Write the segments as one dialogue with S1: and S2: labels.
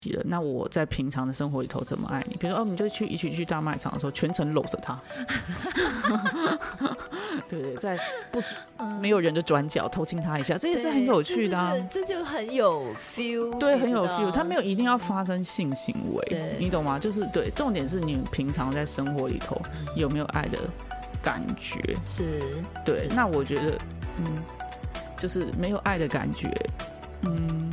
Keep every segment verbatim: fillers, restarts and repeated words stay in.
S1: 了，那我在平常的生活里头怎么爱你？比如说，哦，你就去一起去大卖场的时候，全程搂着他，对对，在不没有人的转角偷亲他一下，这也是很有趣的啊。
S2: 这 就, 这就很有 feel，
S1: 对，很有 feel。他没有一定要发生性行为，你懂吗？就是对，重点是你平常在生活里头有没有爱的感觉？
S2: 是，
S1: 对。那我觉得，嗯，就是没有爱的感觉，嗯。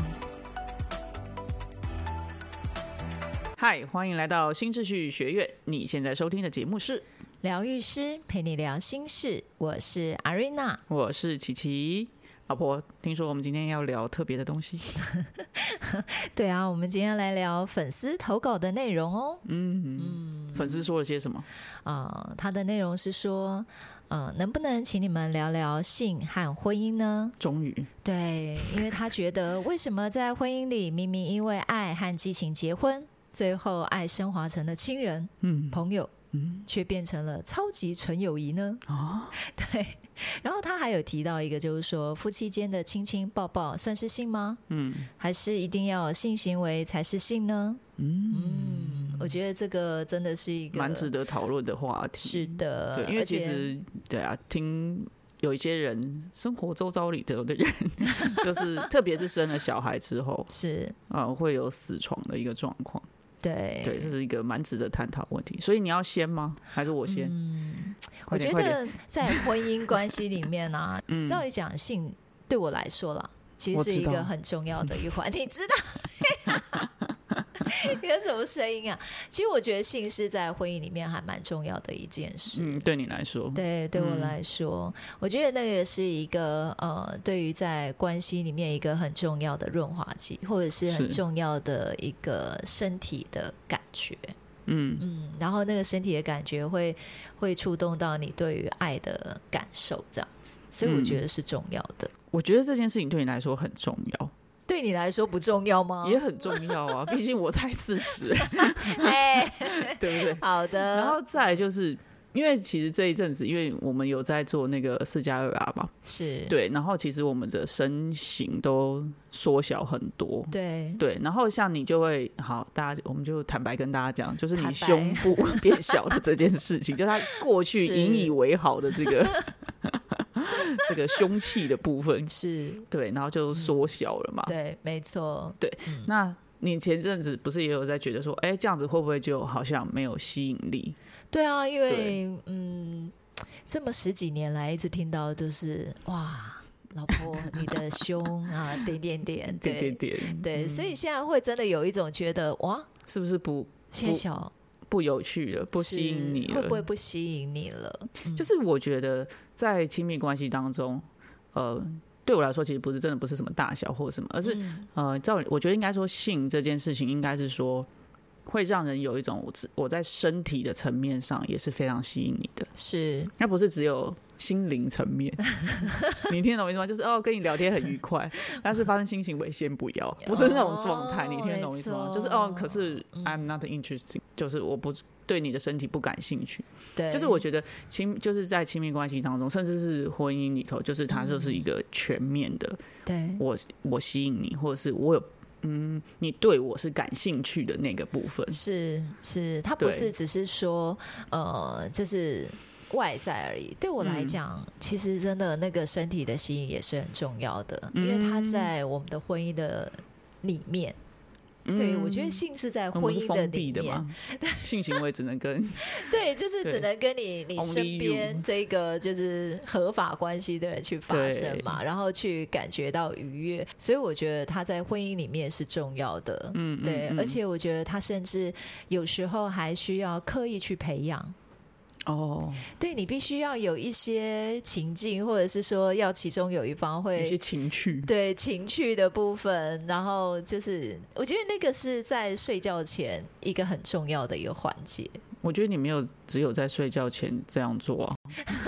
S1: 嗨，欢迎来到新秩序学院。你现在收听的节目是
S2: 疗愈师陪你聊心事，我是阿瑞娜，
S1: 我是琪琪。老婆，听说我们今天要聊特别的东西。
S2: 对啊，我们今天来聊粉丝投稿的内容哦。
S1: 嗯嗯，粉丝说了些什么？
S2: 呃，他的内容是说，呃，能不能请你们聊聊性和婚姻呢？
S1: 终于，
S2: 对，因为他觉得为什么在婚姻里明明因为爱和激情结婚，最后爱升华成了亲人、嗯、朋友，嗯，却变成了超级纯友谊呢？哦，对。然后他还有提到一个，就是说夫妻间的亲亲抱抱算是性吗？嗯，还是一定要有性行为才是性呢？嗯嗯，我觉得这个真的是一个
S1: 蛮值得讨论的话题。
S2: 是的，
S1: 对，因为其实对啊，听有一些人生活周遭里头的人，就是特别是生了小孩之后，
S2: 是
S1: 啊、呃，会有死床的一个状况。
S2: 对
S1: 对，这是一个蛮值得探讨的问题。所以你要先吗？还是我先？
S2: 嗯，我觉得在婚姻关系里面啊，嗯、照理讲，性对我来说啦，其实是一个很重要的一环。你知道？有什么声音啊？其实我觉得性是在婚姻里面还蛮重要的一件事。
S1: 嗯，对你来说，
S2: 对对我来说，嗯、我觉得那个是一个呃，对于在关系里面一个很重要的润滑剂，或者是很重要的一个身体的感觉。嗯嗯，然后那个身体的感觉会会触动到你对于爱的感受，这样子，所以我觉得是重要的。
S1: 嗯、我觉得这件事情对你来说很重要。
S2: 对你来说不重要吗？
S1: 也很重要啊，毕竟我才四十，对不对？
S2: 好的。
S1: 然后再来就是因为其实这一阵子，因为我们有在做那个四加二 R 嘛，
S2: 是
S1: 对，然后其实我们的身形都缩小很多，
S2: 对
S1: 对，然后像你就会好，大家我们就坦白跟大家讲，就是你胸部变小的这件事情，就是他过去引以为豪的这个。这个凶器的部分
S2: 是
S1: 对，然后就缩小了嘛。
S2: 嗯、对，没错。
S1: 对、嗯，那你前阵子不是也有在觉得说，哎，这样子会不会就好像没有吸引力？
S2: 对啊，因为嗯，这么十几年来一直听到都是哇，老婆你的胸啊，点点点，
S1: 点点点，
S2: 对，
S1: 嗯、
S2: 所以现在会真的有一种觉得哇，
S1: 是不是不
S2: 现在小。
S1: 不有趣了，不吸引你了，
S2: 会不会不吸引你了？
S1: 嗯、就是我觉得在亲密关系当中，呃，对我来说其实不是真的不是什么大小或什么，而是、嗯、呃，照我觉得应该说性这件事情应该是说会让人有一种我我在身体的层面上也是非常吸引你的，
S2: 是，
S1: 那不是只有心灵层面，你听得懂我意思吗？就是哦，跟你聊天很愉快，但是发生性行为先不要，不是那种状态、哦，你听得懂我意思吗？就是哦，可是 I'm not interested，、嗯、就是我不对你的身体不感兴趣。对，就是我觉得亲就是在亲密关系当中，甚至是婚姻里头，就是它就是一个全面的，对、嗯，我我吸引你，或者是我有。嗯，你对我是感兴趣的那个部分
S2: 是是，它不是只是说呃，就是外在而已。对我来讲、嗯，其实真的那个身体的吸引也是很重要的，嗯、因为它在我们的婚姻的里面。对，我觉得性是在婚姻的里面，
S1: 的嘛性行为只能跟
S2: 对，就是只能跟你你身边这个就是合法关系的人去发生嘛，然后去感觉到愉悦，所以我觉得他在婚姻里面是重要的，嗯，对，嗯、而且我觉得他甚至有时候还需要刻意去培养。哦，对，你必须要有一些情境，或者是说要其中有一方会
S1: 有一些情趣，
S2: 对情趣的部分，然后就是我觉得那个是在睡觉前一个很重要的一个环节。
S1: 我觉得你没有只有在睡觉前这样做啊。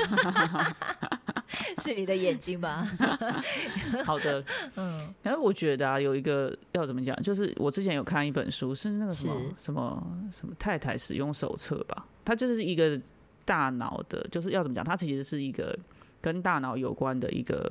S2: 是你的眼睛吧？
S1: 好的，嗯，然后我觉得啊，有一个要怎么讲，就是我之前有看一本书，是那个什么什么什么太太使用手册吧，它就是一个大脑的，就是要怎么讲，它其实是一个跟大脑有关的一个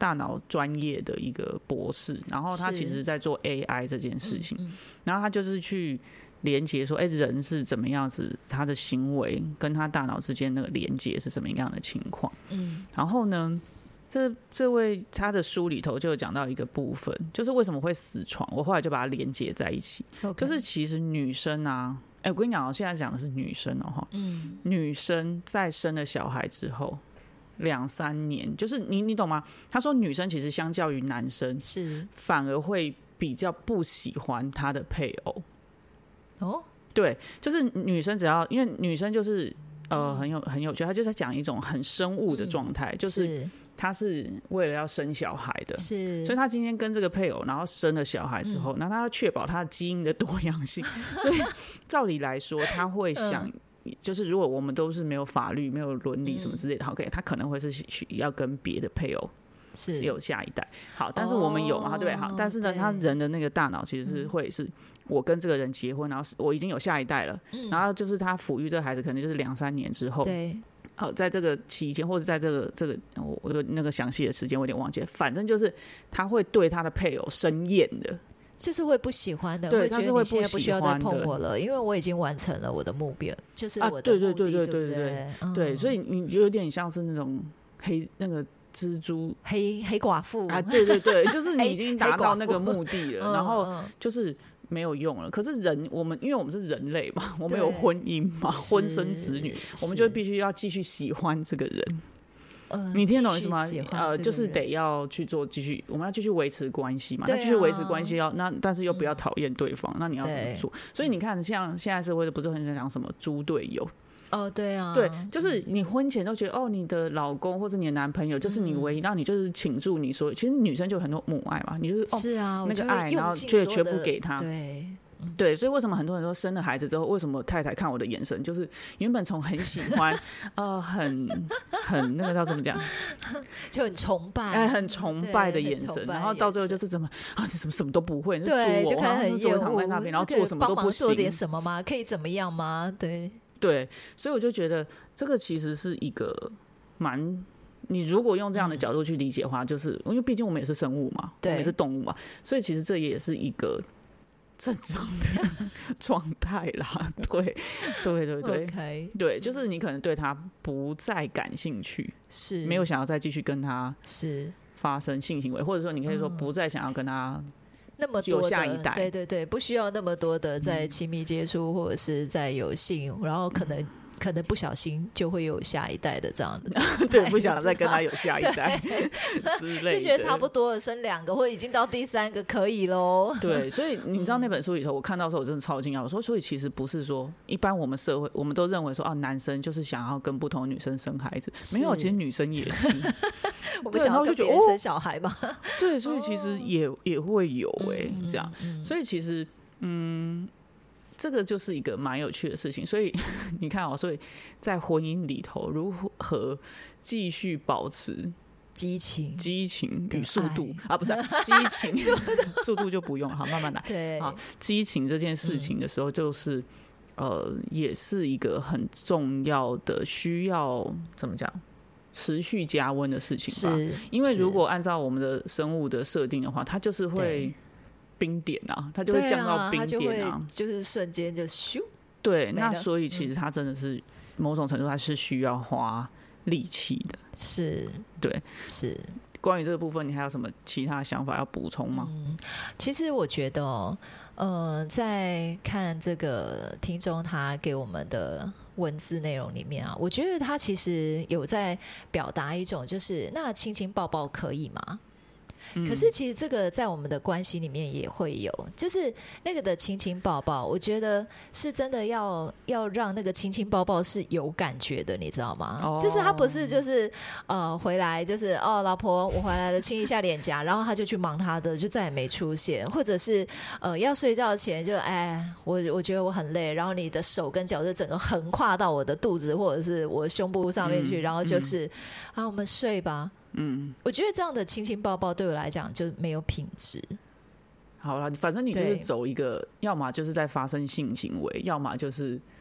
S1: 大脑专业的一个博士，然后他其实在做 A I 这件事情，嗯嗯、然后他就是去连接说，哎、欸，人是怎么样子，他的行为跟他大脑之间那个连接是什么样的情况。嗯，然后呢，这这位他的书里头就有讲到一个部分，就是为什么会死床，我后来就把它连接在一起， okay. 就是其实女生啊。哎、欸，我跟你讲哦，现在讲的是女生哦，嗯，女生在生了小孩之后两三年，就是你你懂吗？他说女生其实相较于男生是反而会比较不喜欢她的配偶。哦，对，就是女生只要因为女生就是呃很有很有趣，她就在讲一种很生物的状态、嗯，就是她是为了要生小孩的，是，所以她今天跟这个配偶，然后生了小孩之后，那、嗯、她要确保她的基因的多样性，所以照理来说，她会想。嗯就是如果我们都是没有法律、没有伦理什么之类的，好、嗯 okay, 他可能会是要跟别的配偶是有下一代。好，但是我们有嘛，哦、对不对？好，但是呢，他人的那个大脑其实是会是，我跟这个人结婚，然后我已经有下一代了，嗯、然后就是他抚育这个孩子，可能就是两三年之后，对。好，在这个期间，或者在这个这个我我那个详细的时间我有点忘记了，反正就是他会对他的配偶生厌的。
S2: 就是会不喜欢的，
S1: 对，
S2: 会觉得你现在不需要再碰我了，因为我已经完成了我的目标，就是我的目的，啊、对对对对对对 对, 对, 嗯、对，所以你有点像是那种黑那个蜘蛛黑黑寡妇
S1: 啊，对对对，就是你已经达到那个目的了，然后就是没有用了。可是人，我们因为我们是人类嘛，我们有婚姻嘛，婚生子女，我们就必须要继续喜欢这个人。呃、你听得懂意思吗？呃，就是得要去做，继续，我们要继续维持关系嘛。啊、那继续维持关系要那，但是又不要讨厌对方、嗯，那你要怎么做？所以你看，像现在社会不是很想讲什么猪队友？
S2: 哦，对啊，
S1: 对，就是你婚前都觉得哦，你的老公或者你的男朋友就是你唯一，然后你就是倾注你所有，其实女生就有很多母爱嘛，你就是哦，
S2: 是啊，
S1: 那个爱，然后就全部给他，
S2: 对。
S1: 对，所以为什么很多人说生了孩子之后，为什么太太看我的眼神就是原本从很喜欢，呃，很很那个叫怎么讲，
S2: 就很崇拜，
S1: 哎，很崇拜的眼神，然后到最后就是怎么啊，你怎么什么都不会，
S2: 对，就开始很
S1: 厌恶，躺在那边，然后做什么都不行，
S2: 做点什么吗？可以怎么样吗？对
S1: 对，所以我就觉得这个其实是一个蛮。你如果用这样的角度去理解的话，就是因为毕竟我们也是生物嘛，我们也是动物嘛，所以其实这也是一个正常的状态啦。对，对对对，
S2: okay.
S1: 对，就是你可能对他不再感兴趣，是没有想要再继续跟他是发生性行为，或者说你可以说不再想要跟他。
S2: 那么多的
S1: 下一代，
S2: 对对对，不需要那么多的在亲密接触、嗯、或者是在有性，然后可能、嗯、可能不小心就会有下一代的这样的，
S1: 对，不想再跟他有下一代之类的，
S2: 就觉得差不多了，生两个或者已经到第三个可以咯。
S1: 对，所以你知道那本书里头，我看到的时候我真的超惊讶，我说，所以其实不是说一般我们社会我们都认为说啊，男生就是想要跟不同的女生生孩子，没有，其实女生也是。
S2: 我不想要跟别人生小孩嘛、哦？
S1: 对，所以其实也、哦、也会有哎、欸嗯，这样、嗯，所以其实嗯，这个就是一个蛮有趣的事情。所以你看哦，所以在婚姻里头，如何继续保持
S2: 激情、
S1: 激情与速度啊，不是、啊、激情速度就不用了，好，慢慢来。
S2: 对啊，
S1: 激情这件事情的时候，就是、嗯、呃，也是一个很重要的，需要怎么讲？持续加温的事情吧，因为如果按照我们的生物的设定的话，它就是会冰点啊，它就会降到冰点啊，
S2: 啊就, 就是瞬间就咻。
S1: 对，那所以其实它真的是、嗯、某种程度它是需要花力气的，
S2: 是，
S1: 对，
S2: 是。
S1: 关于这个部分，你还有什么其他想法要补充吗？
S2: 嗯，其实我觉得哦，呃，在看这个听众他给我们的文字内容里面啊，我觉得他其实有在表达一种，就是那亲亲抱抱可以吗？嗯、可是其实这个在我们的关系里面也会有，就是那个的亲亲抱抱，我觉得是真的要要让那个亲亲抱抱是有感觉的，你知道吗？哦、就是他不是就是呃回来就是哦老婆我回来了亲一下脸颊，然后他就去忙他的，就再也没出现，或者是呃要睡觉前就哎我我觉得我很累，然后你的手跟脚就整个横跨到我的肚子或者是我胸部上面去，嗯、然后就是、嗯、啊我们睡吧。嗯，我觉得这样的亲亲抱抱对我来讲就没有品质。
S1: 好啦，反正你就是走一个，要么就是在发生性行为，要么就是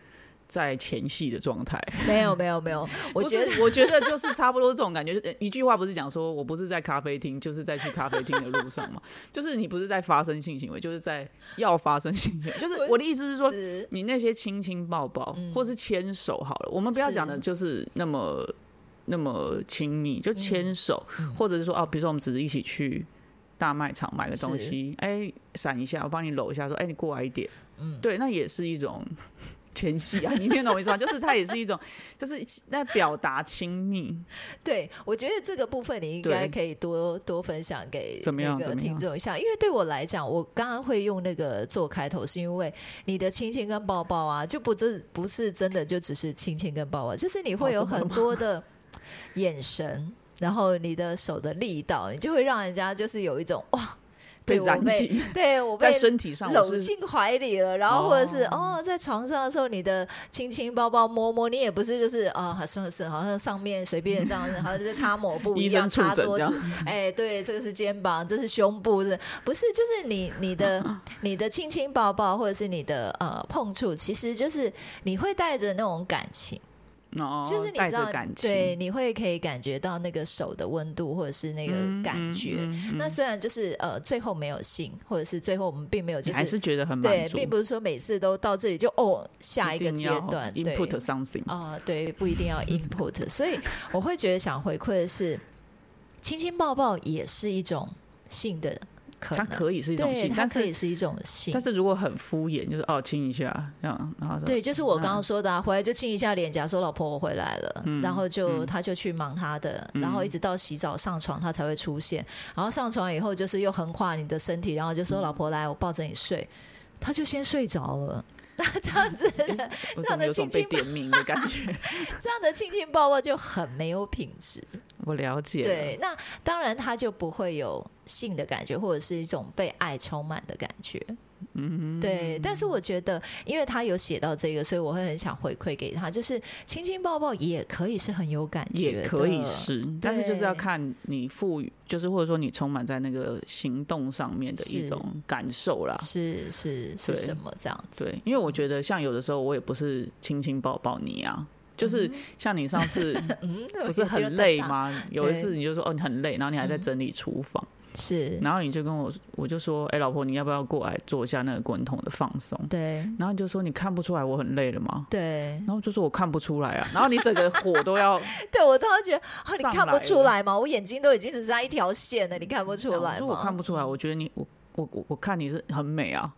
S1: 在前戏的状态。
S2: 没有没有没有，我觉得
S1: 我觉得就是差不多这种感觉。一句话不是讲说我不是在咖啡厅，就是在去咖啡厅的路上嘛。就是你不是在发生性行为，就是在要发生性行为。就是我的意思是说，是你那些亲亲抱抱、嗯、或是牵手好了，我们不要讲的就是那么那么亲密，就牵手，嗯、或者是说啊，比如说我们只是一起去大卖场买个东西，哎，闪一下，我帮你搂一下，说哎，你过来一点。嗯，对，那也是一种前戏啊，你听懂我意思吗？就是它也是一种，就是在表达亲密。
S2: 对，我觉得这个部分你应该可以多多分享给那个听众一下，因为对我来讲，我刚刚会用那个做开头，是因为你的亲亲跟抱抱啊，就不是不是真的就只是亲亲跟抱抱，就是你会有很多的眼神，然后你的手的力道，你就会让人家就是有一种哇。
S1: 被燃起，
S2: 对我被
S1: 在身体上
S2: 搂进怀里了，然后或者是 哦, 哦，在床上的时候，你的亲亲抱抱摸摸，你也不是就是啊，好像是好像上面随便这样子，好像在擦抹布一样擦桌子，哎，对，这个是肩膀，这是胸部，是不是？就是你你的你的亲亲抱抱或者是你的呃碰触，其实就是你会带着那种感情。
S1: 哦、
S2: 就是你知道，对，你会可以感觉到那个手的温度，或者是那个感觉。嗯嗯嗯、那虽然就是呃，最后没有性，或者是最后我们并没有，就是
S1: 还是觉得很满足，
S2: 对，并不是说每次都到这里就哦下一个阶段
S1: input something
S2: 啊、呃，对，不一定要 input。所以我会觉得想回馈的是，亲亲抱抱也是一种性的。
S1: 它可以是一种性，
S2: 它可以是一种性，
S1: 但是如果很敷衍，就是哦亲一下这样，然后
S2: 对，就是我刚刚说的、啊，回来就亲一下脸颊，说老婆我回来了，嗯、然后就、嗯、他就去忙他的，然后一直到洗澡上床他才会出现，然后上床以后就是又横跨你的身体，然后就说、嗯、老婆来我抱着你睡，他就先睡着了。那这样子的，
S1: 这样的亲亲被点名的感觉，
S2: 这样的亲亲抱抱就很没有品质。
S1: 我了解了，
S2: 对，那当然他就不会有性的感觉，或者是一种被爱充满的感觉。嗯，对，但是我觉得因为他有写到这个，所以我会很想回馈给他，就是亲亲抱抱也可以是很有感觉的，
S1: 也可以是，但是就是要看你赋予，就是或者说你充满在那个行动上面的一种感受啦，
S2: 是是 是, 是什么这样子？
S1: 对，因为我觉得像有的时候我也不是亲亲抱抱你啊。就是像你上次不是很累吗？嗯、有一次你就说哦你很累，然后你还在整理厨房，
S2: 是，
S1: 然后你就跟我我就说哎、欸、老婆你要不要过来做一下那个滚筒的放松？
S2: 对，
S1: 然后你就说你看不出来我很累了吗？
S2: 对，
S1: 然后就说我看不出来啊，然后你整个火都要
S2: 对我都要觉得、哦、你看不出来吗？我眼睛都已经只差一条线了，你看不出来吗？
S1: 我说我看不出来，我觉得你我我我看你是很美啊。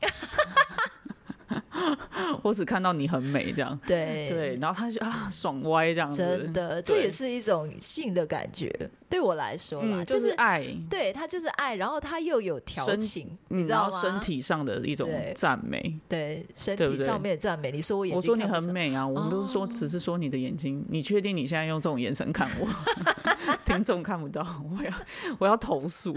S1: 我只看到你很美这样，
S2: 对
S1: 对，然后他就啊爽歪这样子，
S2: 真的，这也是一种性的感觉。对我来说啦、
S1: 嗯，就是爱，
S2: 对他就是爱，然后他又有调情，你知道吗？
S1: 然后身体上的一种赞美，
S2: 对身体上面的赞美。你说我眼睛，
S1: 我说你很美啊，我们都是说，只是说你的眼睛，你确定你现在用这种眼神看我？听众看不到，我要我要投诉。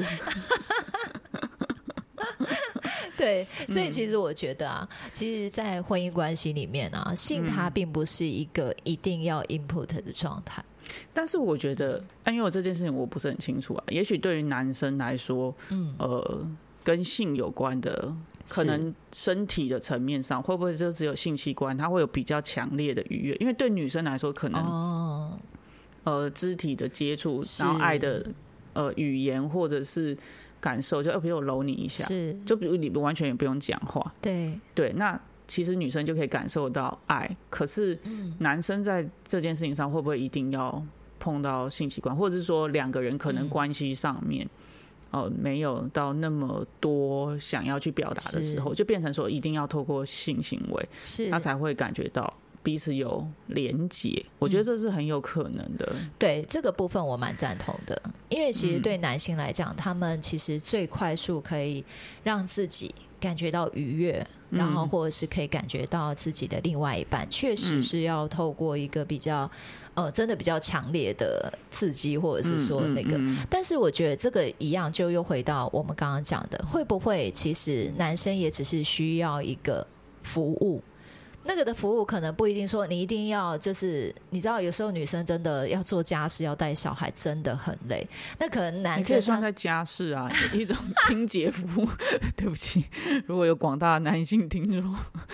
S2: 对，所以其实我觉得啊，嗯、其实，在婚姻关系里面啊，性它并不是一个一定要 input 的状态。
S1: 但是我觉得，因为我这件事情我不是很清楚啊，也许对于男生来说，嗯，呃，跟性有关的，可能身体的层面上，会不会就只有性器官，它会有比较强烈的愉悦？因为对女生来说，可能哦，呃，肢体的接触，然后爱的呃语言，或者是感受，就比如我搂你一下，就比如你完全也不用讲话，
S2: 对
S1: 对，那其实女生就可以感受到爱。可是男生在这件事情上会不会一定要碰到性器官，或者是说两个人可能关系上面、嗯呃、没有到那么多想要去表达的时候，就变成说一定要透过性行为，他才会感觉到彼此有连结，我觉得这是很有可能的、嗯、
S2: 对，这个部分我蛮赞同的，因为其实对男性来讲、嗯、他们其实最快速可以让自己感觉到愉悦、嗯、然后或者是可以感觉到自己的另外一半确实是要透过一个比较、嗯、呃，真的比较强烈的刺激，或者是说那个、嗯嗯嗯、但是我觉得这个一样就又回到我们刚刚讲的，会不会其实男生也只是需要一个服务，那个的服务可能不一定说你一定要，就是你知道有时候女生真的要做家事要带小孩真的很累，那可能男生
S1: 你可以算在家事啊，一种清洁服务对不起，如果有广大的男性听众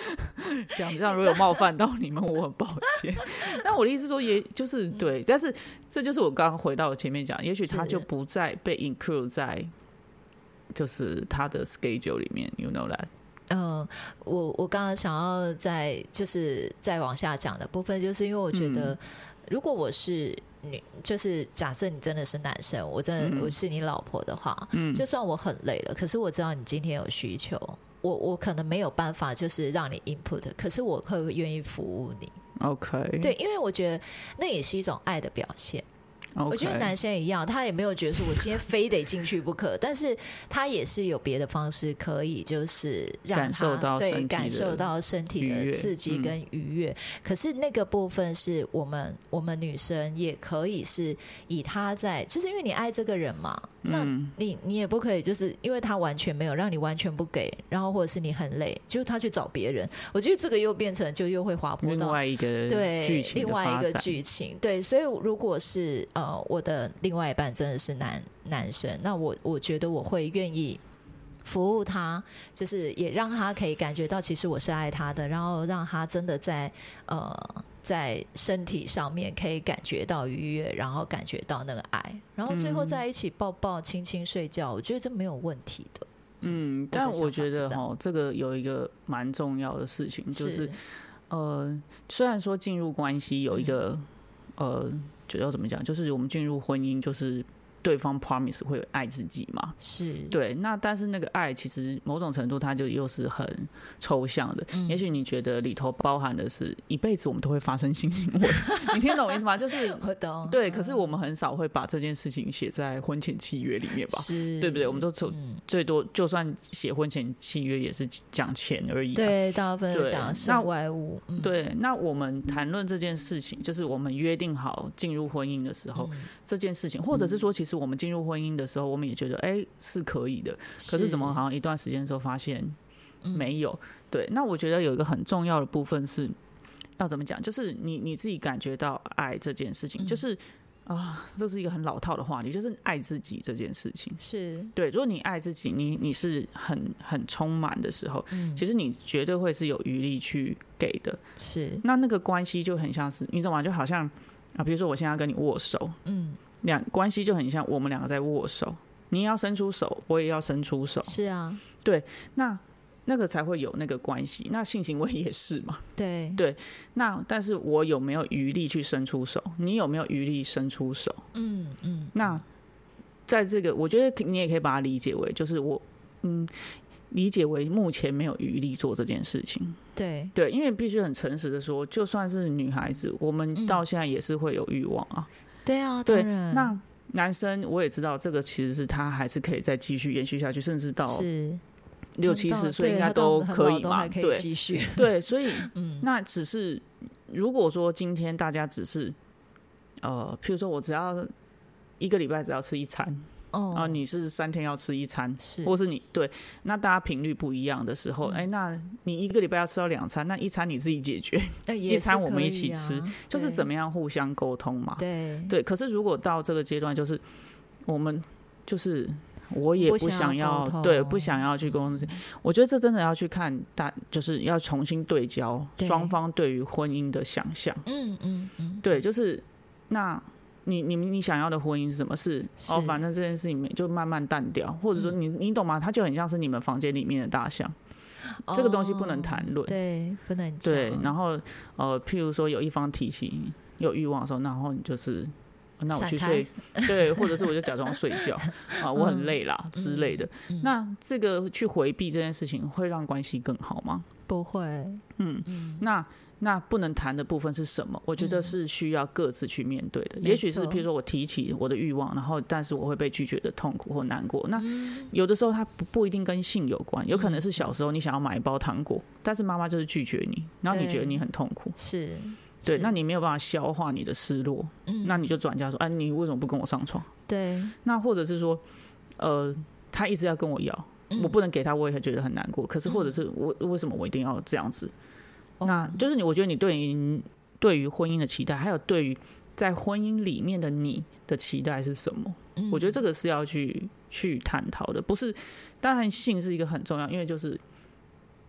S1: 讲这样如果有冒犯到你们，我很抱歉。但我的意思说，也就是对，但是这就是我刚刚回到我前面讲，也许他就不再被 include 在就是他的 schedule 里面 ，you know that。
S2: 嗯，我我刚刚想要再就是再往下讲的部分，就是因为我觉得，如果我是你，就是假设你真的是男生，我真的、嗯、我是你老婆的话，嗯，就算我很累了，可是我知道你今天有需求，我我可能没有办法就是让你 input， 可是我会愿意服务你。
S1: OK，
S2: 对，因为我觉得那也是一种爱的表现。Okay. 我觉得男生也一样，他也没有觉得说我今天非得进去不可，但是他也是有别的方式可以就是让他
S1: 感受到
S2: 对感受到身体的刺激跟愉悦、嗯、可是那个部分是我们我们女生也可以是以他在，就是因为你爱这个人嘛，那你你也不可以就是因为他完全没有让你完全不给，然后或者是你很累就他去找别人，我觉得这个又变成就又会滑坡到
S1: 另外一个剧情
S2: 对另外一个剧情。对，所以如果是呃，我的另外一半真的是男男生，那我我觉得我会愿意服务他，就是也让他可以感觉到其实我是爱他的，然后让他真的在呃在身体上面可以感觉到愉悦，然后感觉到那个爱，然后最后在一起抱抱亲亲睡觉，我觉得这没有问题的。
S1: 嗯，但我觉得齁这个有一个蛮重要的事情，就是呃，虽然说进入关系有一个、嗯、呃。就要怎么讲？就是我们进入婚姻，就是对方 promise 会爱自己嘛，
S2: 是
S1: 对。那但是那个爱其实某种程度它就又是很抽象的、嗯、也许你觉得里头包含的是一辈子我们都会发生性行为你听懂我意思吗？就是
S2: 我懂，
S1: 对，可是我们很少会把这件事情写在婚前契约里面吧，
S2: 是
S1: 对不对？我们都最多就算写婚前契约也是讲钱而已、啊、
S2: 对，大部分都讲身外物、
S1: 嗯、对。那我们谈论这件事情，就是我们约定好进入婚姻的时候、嗯、这件事情，或者是说其实我们进入婚姻的时候我们也觉得哎、欸、是可以的，可是怎么好像一段时间之后发现没有、嗯、对。那我觉得有一个很重要的部分是要怎么讲，就是你你自己感觉到爱这件事情、嗯、就是啊，这是一个很老套的话题，就是爱自己这件事情
S2: 是
S1: 对。如果你爱自己，你你是很很充满的时候、嗯、其实你绝对会是有余力去给的，
S2: 是。
S1: 那那个关系就很像是你知道吗？就好像啊，比如说我现在跟你握手，嗯，两关系就很像我们两个在握手，你也要伸出手，我也要伸出手，
S2: 是啊，
S1: 对，那那个才会有那个关系。那性行为也是嘛，
S2: 对
S1: 对。那但是我有没有余力去伸出手？你有没有余力伸出手？嗯嗯。那在这个，我觉得你也可以把它理解为，就是我嗯，理解为目前没有余力做这件事情。
S2: 对
S1: 对，因为必须很诚实的说，就算是女孩子，我们到现在也是会有欲望啊。
S2: 嗯、对啊，
S1: 对。
S2: 当然
S1: 那男生我也知道，这个其实是他还是可以再继续延续下去，甚至到六七十岁应该都可以嘛。
S2: 对，可以继续。
S1: 对，所以、嗯、那只是如果说今天大家只是呃，譬如说我只要一个礼拜只要吃一餐。哦、然后你是三天要吃一餐，是或是你对，那大家频率不一样的时候，哎、嗯，那你一个礼拜要吃到两餐，那一餐你自己解决，
S2: 啊、
S1: 一餐我们一起吃，就是怎么样互相沟通嘛。
S2: 对
S1: 对，可是如果到这个阶段，就是我们就是我也不想要，
S2: 不
S1: 对，不想要去沟通、嗯，我觉得这真的要去看大，就是要重新对焦双方对于婚姻的想象。嗯嗯嗯，对，就是那。你你你想要的婚姻是什么？是哦，反正这件事情就慢慢淡掉，或者说你你懂吗？它就很像是你们房间里面的大象，哦、这个东西不能谈论，
S2: 对，不能讲。
S1: 对，然后呃，譬如说有一方提起有欲望的时候，然后你就是那我去睡，对，或者是我就假装睡觉啊，我很累啦、嗯、之类的、嗯。那这个去回避这件事情会让关系更好吗？
S2: 不会。
S1: 嗯，嗯那。那不能谈的部分是什么？我觉得是需要各自去面对的。嗯、也许是譬如说我提起我的欲望，然后但是我会被拒绝的痛苦或难过。那有的时候它 不, 不一定跟性有关，有可能是小时候你想要买一包糖果，但是妈妈就是拒绝你，然后你觉得你很痛苦，
S2: 是
S1: 对，那你没有办法消化你的失落，嗯、那你就转嫁说，哎、啊，你为什么不跟我上床？
S2: 对，
S1: 那或者是说，呃，他一直要跟我要，嗯、我不能给他，我也觉得很难过。可是或者是我为什么我一定要这样子？那就是你，我觉得你对于对于婚姻的期待，还有对于在婚姻里面的你的期待是什么？嗯、我觉得这个是要去去探讨的。不是，当然性是一个很重要，因为就是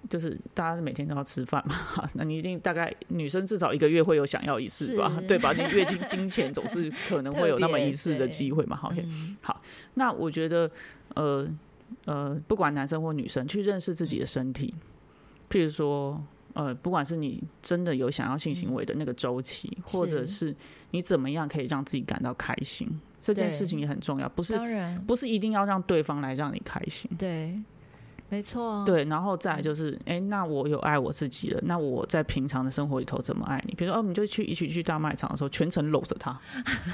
S1: 就是大家每天都要吃饭嘛，那你一定大概女生至少一个月会有想要一次吧，对吧？你月经金钱总是可能会有那么一次的机会嘛。好， okay 嗯、好，那我觉得呃呃，不管男生或女生，去认识自己的身体，譬如说呃，不管是你真的有想要性行为的那个周期，嗯、或者是你怎么样可以让自己感到开心，这件事情也很重要，不是不是一定要让对方来让你开心，
S2: 对。没错，
S1: 对，然后再来就是，哎、欸，那我有爱我自己了，那我在平常的生活里头怎么爱你？比如说，哦，你就去一起去大卖场的时候，全程搂着他，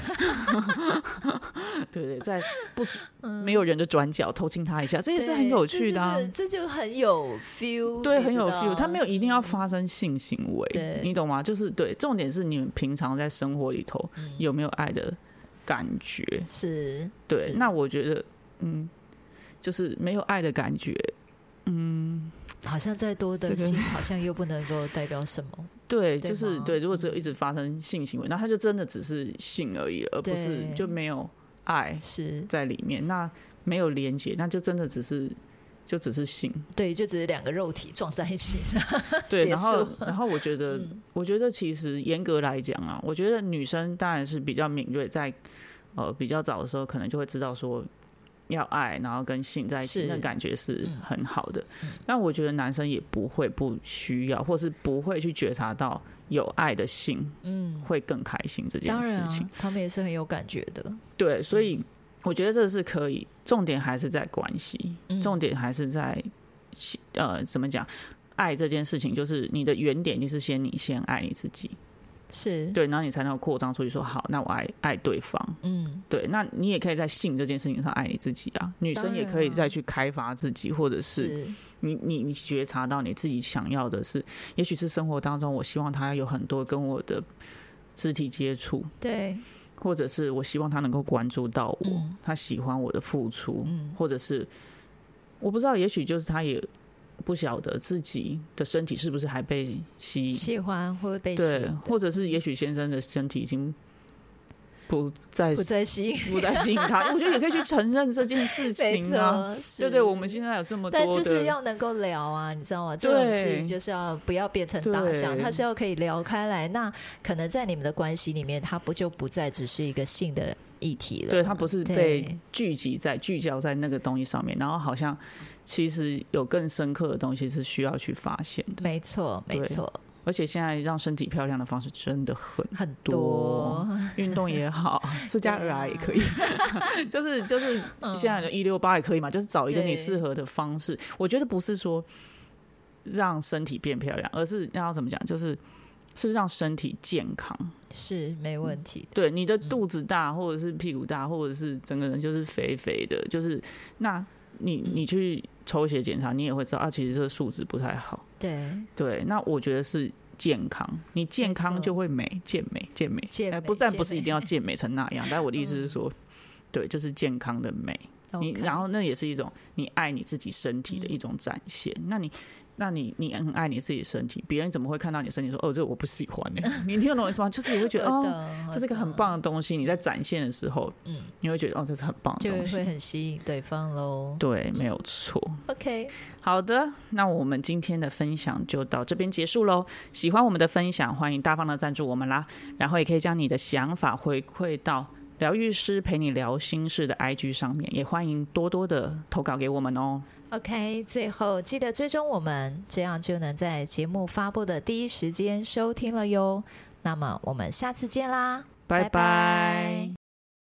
S1: 对对，在不、嗯、没有人的转角偷亲他一下，这也是很有趣的、啊
S2: 这, 这就很有 feel，
S1: 对，很有 feel。他没有一定要发生性行为，嗯、你懂吗？就是对，重点是你们平常在生活里头有没有爱的感觉？
S2: 是，
S1: 对。
S2: 是
S1: 那我觉得，嗯，就是没有爱的感觉。嗯，
S2: 好像再多的性、这个、好像又不能够代表什么。
S1: 对，就是对。如果只有一直发生性行为，那、嗯、它就真的只是性而已，而不是就没有爱在里面。那没有连结，那就真的只是就只是性。
S2: 对，就只是两个肉体撞在一起。
S1: 对，然后然后我觉得，嗯、我觉得其实严格来讲啊，我觉得女生当然是比较敏锐，在呃比较早的时候，可能就会知道说。要爱，然后跟性在一起，那感觉是很好的。嗯、但我觉得男生也不会不需要，或是不会去觉察到有爱的性，嗯，会更开心这件事情。当然啊，
S2: 他们也是很有感觉的。
S1: 对，所以我觉得这是可以。重点还是在关系，嗯、重点还是在呃，怎么讲？爱这件事情，就是你的原点一定是先你先爱你自己。
S2: 是
S1: 对，然后你才能扩张出去说好，那我爱爱对方，嗯，对，那你也可以在性这件事情上爱你自己啊，女生也可以再去开发自己，或者是你你你觉察到你自己想要的是，也许是生活当中我希望他有很多跟我的肢体接触，
S2: 对，
S1: 或者是我希望他能够关注到我，嗯、他喜欢我的付出，嗯、或者是我不知道，也许就是他也。不晓得自己的身体是不是还被吸
S2: 喜欢或被吸引，
S1: 对，或者是也许先生的身体已经不再
S2: 不再吸引
S1: 不再吸引他，我觉得也可以去承认这件事情啊。对对，我们现在有这么多的，
S2: 但就是要能够聊啊，你知道吗？这种事情就是要不要变成大象，它是要可以聊开来。那可能在你们的关系里面，它不就不再只是一个性的议题了？
S1: 对，它不是被聚集在聚焦在那个东西上面，然后好像。其实有更深刻的东西是需要去发现的，
S2: 没错，没错。
S1: 而且现在让身体漂亮的方式真的很
S2: 很
S1: 多，运动也好，四加二 R 也可以，就是就是现在的一六八也可以嘛，就是找一个你适合的方式。我觉得不是说让身体变漂亮，而是要怎么讲，就是是让身体健康，
S2: 是没问题的。
S1: 对，你的肚子大，或者是屁股大，或者是整个人就是肥肥的，就是那。你你去抽血检查，你也会知道啊，其实这个数值不太好。
S2: 对
S1: 对，那我觉得是健康，你健康就会美，健美健美，
S2: 健美、欸、
S1: 不但不是一定要健美成那样，但我的意思是说，嗯、对，就是健康的美。你然后那也是一种你爱你自己身体的一种展现。嗯、那你。那你你很爱你自己的身体，别人怎么会看到你的身体说哦，这我不喜欢呢？你听得懂我意思吗？就是你会觉得哦，这是一个很棒的东西，你在展现的时候，嗯，你会觉得哦，这是很棒的东西，
S2: 就会很吸引对方咯。
S1: 对，没有错。
S2: OK，
S1: 好的，那我们今天的分享就到这边结束咯。喜欢我们的分享，欢迎大方的赞助我们啦，然后也可以将你的想法回馈到疗愈师陪你聊心事的 I G 上面，也欢迎多多的投稿给我们哦。
S2: OK， 最后记得追踪我们，这样就能在节目发布的第一时间收听了哟。那么我们下次见啦，
S1: 拜拜。